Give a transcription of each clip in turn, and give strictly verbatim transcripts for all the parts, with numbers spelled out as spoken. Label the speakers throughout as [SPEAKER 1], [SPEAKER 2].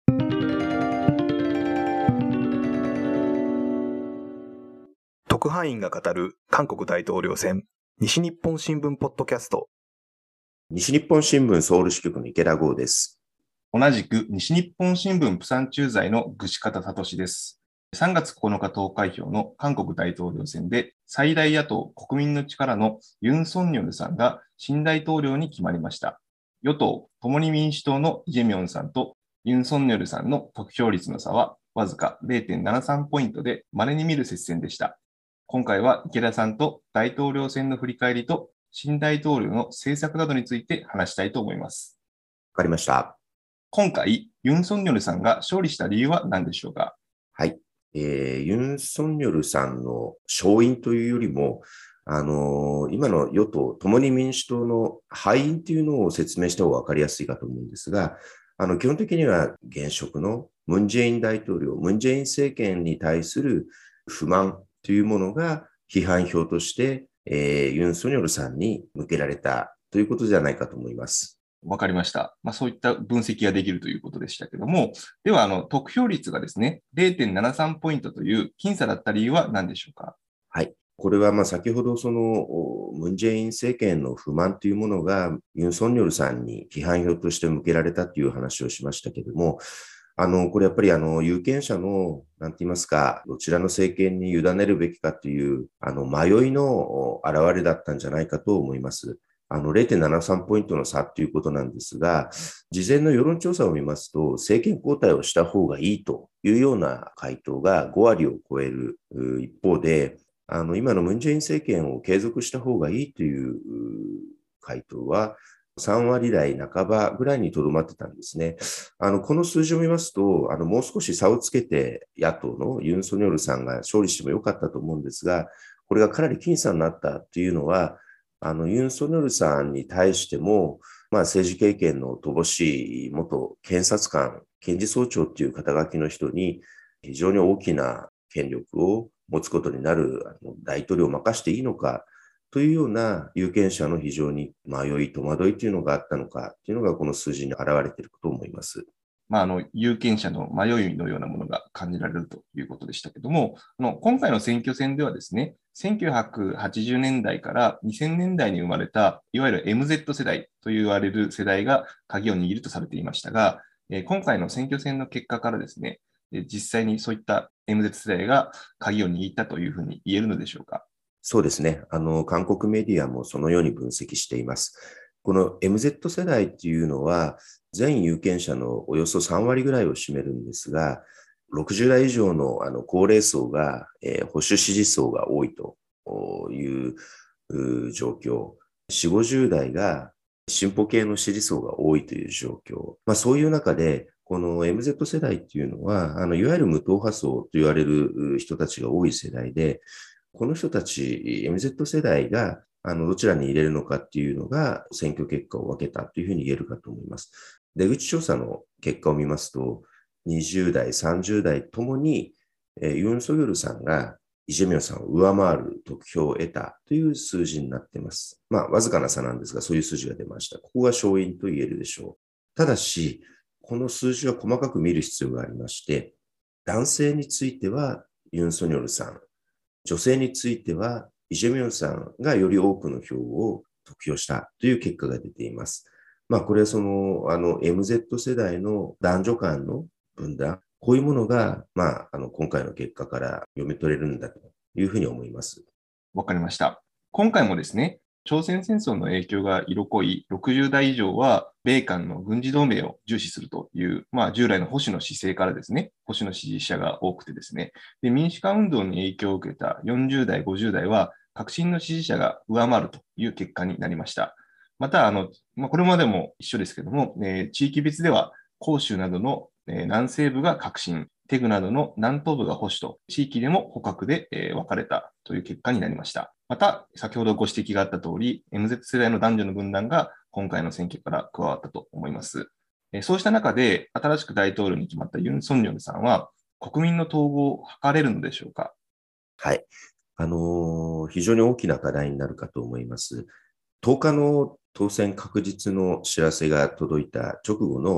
[SPEAKER 1] 特派員が語る韓国大統領選、西日本新聞ポッドキャスト。
[SPEAKER 2] 西日本新聞ソウル支局の池田剛です。
[SPEAKER 3] 同じく西日本新聞プサン駐在の串方聡です。さんがつここのか投開票の韓国大統領選で最大野党国民の力のユン・ソンニョルさんが新大統領に決まりました。与党共に民主党のイ・ジェミョンさんとユン・ソンニョルさんの得票率の差はわずか れいてんななさん ポイントで稀に見る接戦でした。今回は池田さんと大統領選の振り返りと新大統領の政策などについて話したいと思います。
[SPEAKER 2] わかりました。
[SPEAKER 3] 今回、ユン・ソンニョルさんが勝利した理由は何でしょうか？
[SPEAKER 2] はい。えー、ユン・ソンニョルさんの勝因というよりも、あのー、今の与党共に民主党の敗因というのを説明した方がわかりやすいかと思うんですが、あの基本的には現職のムン・ジェイン大統領、ムン・ジェイン政権に対する不満というものが批判票として、えー、ユン・ソニョルさんに向けられたということじゃないかと思います。
[SPEAKER 3] わかりました。まあ、そういった分析ができるということでしたけども、では、あの、得票率がですね、れいてんななさん ポイントという僅差だった理由は何でしょうか？
[SPEAKER 2] はい。これは、まあ、先ほど、その、ムン・ジェイン政権の不満というものが、ユン・ソンニョルさんに批判票として向けられたという話をしましたけども、あの、これやっぱりあの、有権者の、なんて言いますか、どちらの政権に委ねるべきかという、あの、迷いの表れだったんじゃないかと思います。あの、れいてんななさん ポイントの差ということなんですが、事前の世論調査を見ますと、政権交代をした方がいいというような回答がごわりを超える一方で、あの、今のムン・ジェイン政権を継続した方がいいという回答は、さんわり台半ばぐらいにとどまってたんですね。あの、この数字を見ますと、あの、もう少し差をつけて野党のユン・ソニョルさんが勝利してもよかったと思うんですが、これがかなり僅差になったというのは、あの、ユン・ソニョルさんに対しても、まあ、政治経験の乏しい元検察官、検事総長っていう肩書きの人に非常に大きな権力を持つことになるあの大統領を任していいのか、というような有権者の非常に迷い、戸惑いというのがあったのかというのがこの数字に現れていると思います。
[SPEAKER 3] まあ、あの、有権者の迷いのようなものが感じられるということでしたけども、あの、今回の選挙戦ではですね、せんきゅうひゃくはちじゅうねんだいからにせんねんだいに生まれた、いわゆる エムゼット 世代と言われる世代が鍵を握るとされていましたが、えー、今回の選挙戦の結果からですね、実際にそういった エムゼット 世代が鍵を握ったというふうに言えるのでしょうか？
[SPEAKER 2] そうですね。あの、韓国メディアもそのように分析しています。この エムゼット 世代っていうのは、全有権者のおよそさんわりぐらいを占めるんですが、ろくじゅうだい以上のあの高齢層が、えー、保守支持層が多いという状況。よんじゅう、ごじゅうだいが進歩系の支持層が多いという状況。まあ、そういう中で、この エムゼット 世代っていうのは、あのいわゆる無党派層と言われる人たちが多い世代で、この人たち、エムゼット 世代があのどちらに入れるのかっていうのが選挙結果を分けたというふうに言えるかと思います。出口調査の結果を見ますと、にじゅうだい、さんじゅうだいともに、えー、ユン・ソギョルさんがイ・ジェミョンさんを上回る得票を得たという数字になっています。まあ、わずかな差なんですが、そういう数字が出ました。ここが勝因と言えるでしょう。ただし、この数字は細かく見る必要がありまして、男性についてはユン・ソニョルさん、女性についてはイ・ジェミョンさんがより多くの票を得票したという結果が出ています。まあ、これはその、あの、エムゼット 世代の男女間の分断、こういうものが、まあ、あの、今回の結果から読み取れるんだというふうに思います。
[SPEAKER 3] わかりました。今回もですね、朝鮮戦争の影響が色濃いろくじゅうだい以上は、米韓の軍事同盟を重視するという、まあ、従来の保守の姿勢からですね、保守の支持者が多くてですね、で民主化運動に影響を受けたよんじゅうだい、ごじゅうだいは、革新の支持者が上回るという結果になりました。また、あの、まあ、これまでも一緒ですけども、えー、地域別では、広州などの、えー、南西部が革新、テグなどの南東部が保守と、地域でも捕獲で、えー、分かれたという結果になりました。また、先ほどご指摘があった通り、エムゼット 世代の男女の分断が今回の選挙から加わったと思います。えー、そうした中で、新しく大統領に決まったユン・ソンニョルさんは、国民の統合を図れるのでしょうか？
[SPEAKER 2] はい。あのー、非常に大きな課題になるかと思います。とおかの当選確実の知らせが届いた直後の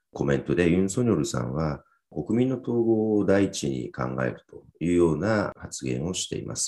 [SPEAKER 2] コメントでユン・ソニョルさんは国民の統合を第一に考えるというような発言をしています。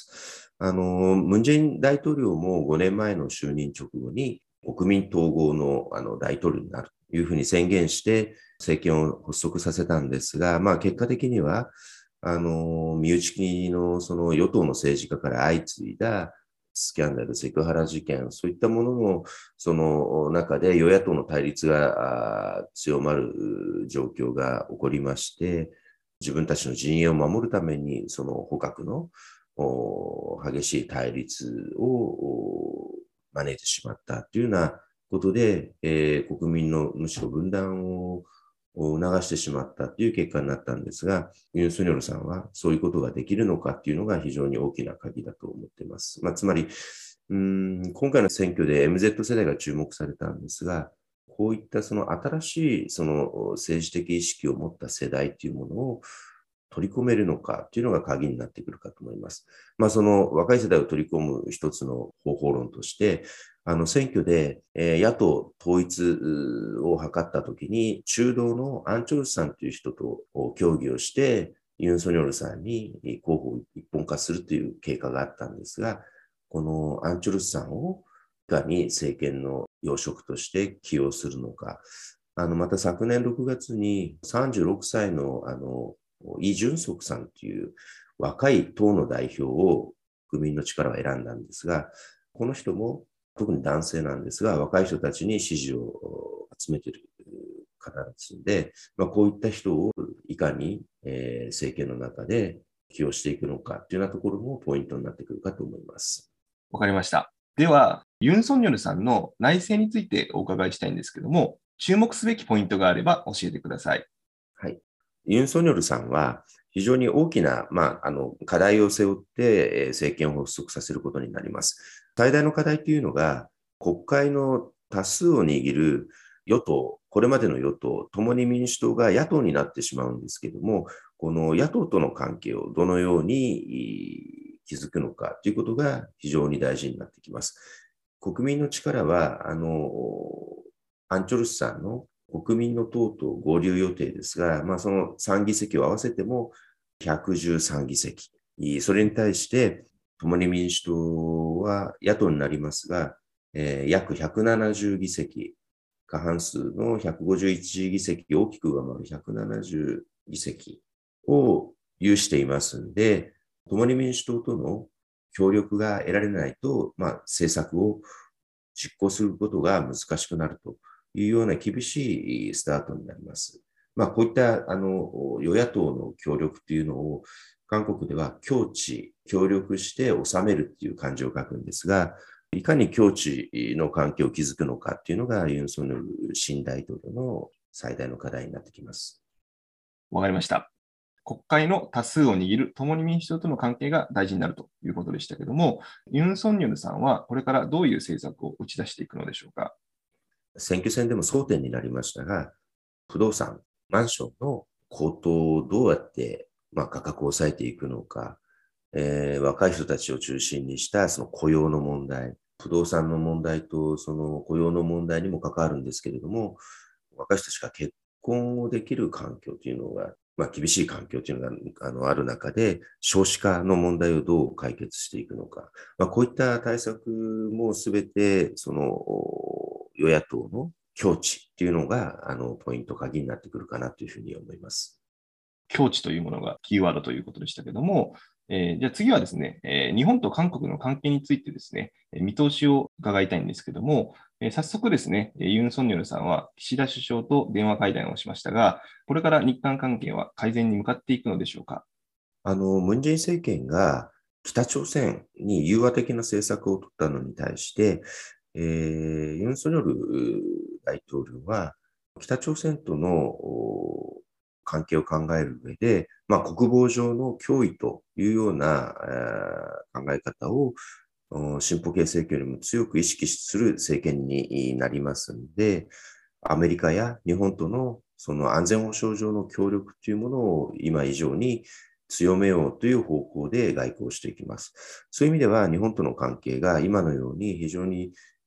[SPEAKER 2] あの、ムン・ジェイン大統領もごねんまえの就任直後に国民統合の、あの大統領になるというふうに宣言して政権を発足させたんですが、まあ結果的には、あの、身内のその与党の政治家から相次いだスキャンダル、セクハラ事件、そういったもののその中で与野党の対立が強まる状況が起こりまして、自分たちの陣営を守るためにその捕獲の激しい対立を招いてしまったというようなことで、えー、国民のむしろ分断を促してしまったという結果になったんですが、ユン・ソニョルさんはそういうことができるのかというのが非常に大きな鍵だと思っています。まあ、つまりうーん、今回の選挙で エムゼット 世代が注目されたんですが、こういったその新しいその政治的意識を持った世代というものを取り込めるのかというのが鍵になってくるかと思います。まあ、その若い世代を取り込む一つの方法論として、あの選挙で、えー、野党統一を図ったときに、中道のアン・チョルスさんという人と協議をして、ユン・ソニョルさんに候補を一本化するという経過があったんですが、このアン・チョルスさんをいかに政権の要職として起用するのか。あのまた昨年ろくがつにさんじゅうろくさいのあのイ・ジュンソクさんという若い党の代表を国民の力は選んだんですが、この人も特に男性なんですが、若い人たちに支持を集めている方ですので、まあ、こういった人をいかに、えー、政権の中で起用していくのかというようなところもポイントになってくるかと思います。
[SPEAKER 3] わかりました。では、ユン・ソンニョルさんの内政についてお伺いしたいんですけども、注目すべきポイントがあれば教えてください。
[SPEAKER 2] はい。ユン・ソニョルさんは非常に大きな、まあ、あの課題を背負って政権を発足させることになります。最大の課題というのが、国会の多数を握る与党、これまでの与党、共に民主党が野党になってしまうんですけれども、この野党との関係をどのように築くのかということが非常に大事になってきます。国民の力は、あの、アン・チョルスさんの国民の党と合流予定ですが、まあ、そのさん議席を合わせてもひゃくじゅうさん議席。それに対して、共に民主党は野党になりますが、えー、約ひゃくななじゅう議席、過半数のひゃくごじゅういち議席、大きく上回るひゃくななじゅう議席を有していますので、共に民主党との協力が得られないと、まあ、政策を実行することが難しくなるというような厳しいスタートになります。まあ、こういったあの与野党の協力というのを韓国では協治、協力して収めるという漢字を書くんですが、いかに協治の関係を築くのかというのがユン・ソンニョル新大統領の最大の課題になってきます。
[SPEAKER 3] わかりました。国会の多数を握る共に民主党との関係が大事になるということでしたけども、ユン・ソンニョルさんはこれからどういう政策を打ち出していくのでしょうか。
[SPEAKER 2] 選挙戦でも争点になりましたが、不動産、マンションの高騰をどうやって、まあ、価格を抑えていくのか、えー、若い人たちを中心にしたその雇用の問題、不動産の問題とその雇用の問題にも関わるんですけれども、若い人たちが結婚をできる環境というのが、まあ、厳しい環境というのが あのある中で、少子化の問題をどう解決していくのか、まあ、こういった対策もすべてその与野党の協治というのがあのポイント、鍵になってくるかなというふうに思います。
[SPEAKER 3] 協治というものがキーワードということでしたけども、えー、じゃあ次はですね、えー、日本と韓国の関係についてですね、見通しを伺いたいんですけども、えー、早速ですね、ユン・ソンニョルさんは岸田首相と電話会談をしましたが、これから日韓関係は改善に向かっていくのでしょうか。あ
[SPEAKER 2] の、ムン・ジェイン政権が北朝鮮に融和的な政策を取ったのに対して、えー、ユン・ソンニョル大統領は北朝鮮との関係を考える上で、まあ、国防上の脅威というような、えー、考え方を進歩系政権よりも強く意識する政権になりますので、アメリカや日本とのその安全保障上の協力というものを今以上に強めようという方向で外交していきます。そういう意味では日本との関係が今のように非常に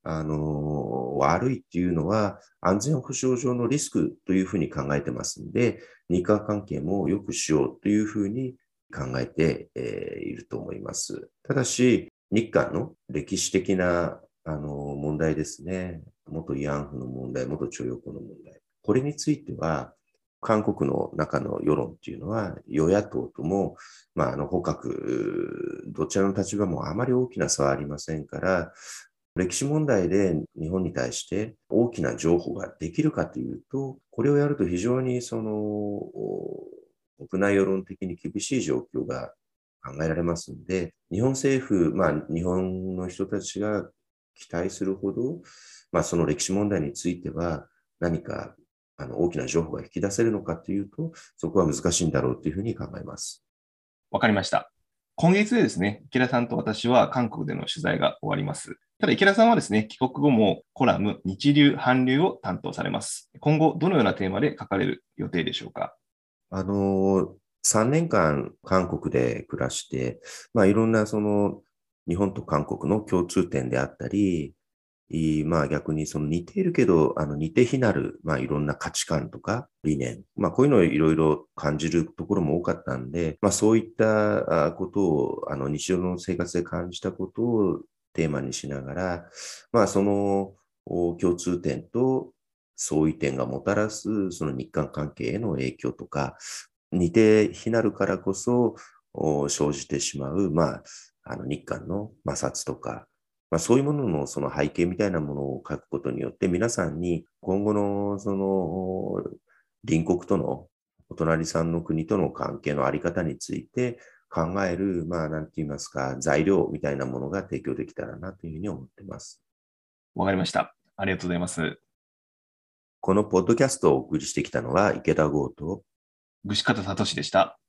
[SPEAKER 2] あの、悪いっていうのは安全保障上のリスクというふうに考えてますんで、日韓関係も良くしようというふうに考えて、えーいると思います。ただし、日韓の歴史的なあの問題ですね。元慰安婦の問題、元徴用工の問題。これについては、韓国の中の世論っていうのは、与野党とも、まあ、あの、捕獲、どちらの立場もあまり大きな差はありませんから、歴史問題で日本に対して大きな譲歩ができるかというと、これをやると非常にその国内世論的に厳しい状況が考えられますので、日本政府、まあ日本の人たちが期待するほど、まあその歴史問題については何かあの大きな譲歩が引き出せるのかというと、そこは難しいんだろうというふうに考えます。
[SPEAKER 3] わかりました。今月でですね、池田さんと私は韓国での取材が終わります。ただ池田さんはですね、帰国後もコラム、日流、韓流を担当されます。今後、どのようなテーマで書かれる予定でしょうか？
[SPEAKER 2] あの、さんねんかん韓国で暮らして、まあいろんなその日本と韓国の共通点であったり、まあ逆にその似ているけど、あの似て非なる、まあいろんな価値観とか理念、まあこういうのをいろいろ感じるところも多かったんで、まあそういったことを、あの日常の生活で感じたことをテーマにしながら、まあその共通点と相違点がもたらすその日韓関係への影響とか、似て非なるからこそ生じてしまう、まあ、あの日韓の摩擦とか、まあ、そういうもののその背景みたいなものを書くことによって、皆さんに今後のその隣国とのお隣さんの国との関係のあり方について考える、まあ、なんて言いますか、材料みたいなものが提供できたらなというふうに思っています。
[SPEAKER 3] わかりました。ありがとうございます。
[SPEAKER 2] このポッドキャストをお送りしてきたのは池田剛と
[SPEAKER 3] 串方聡でした。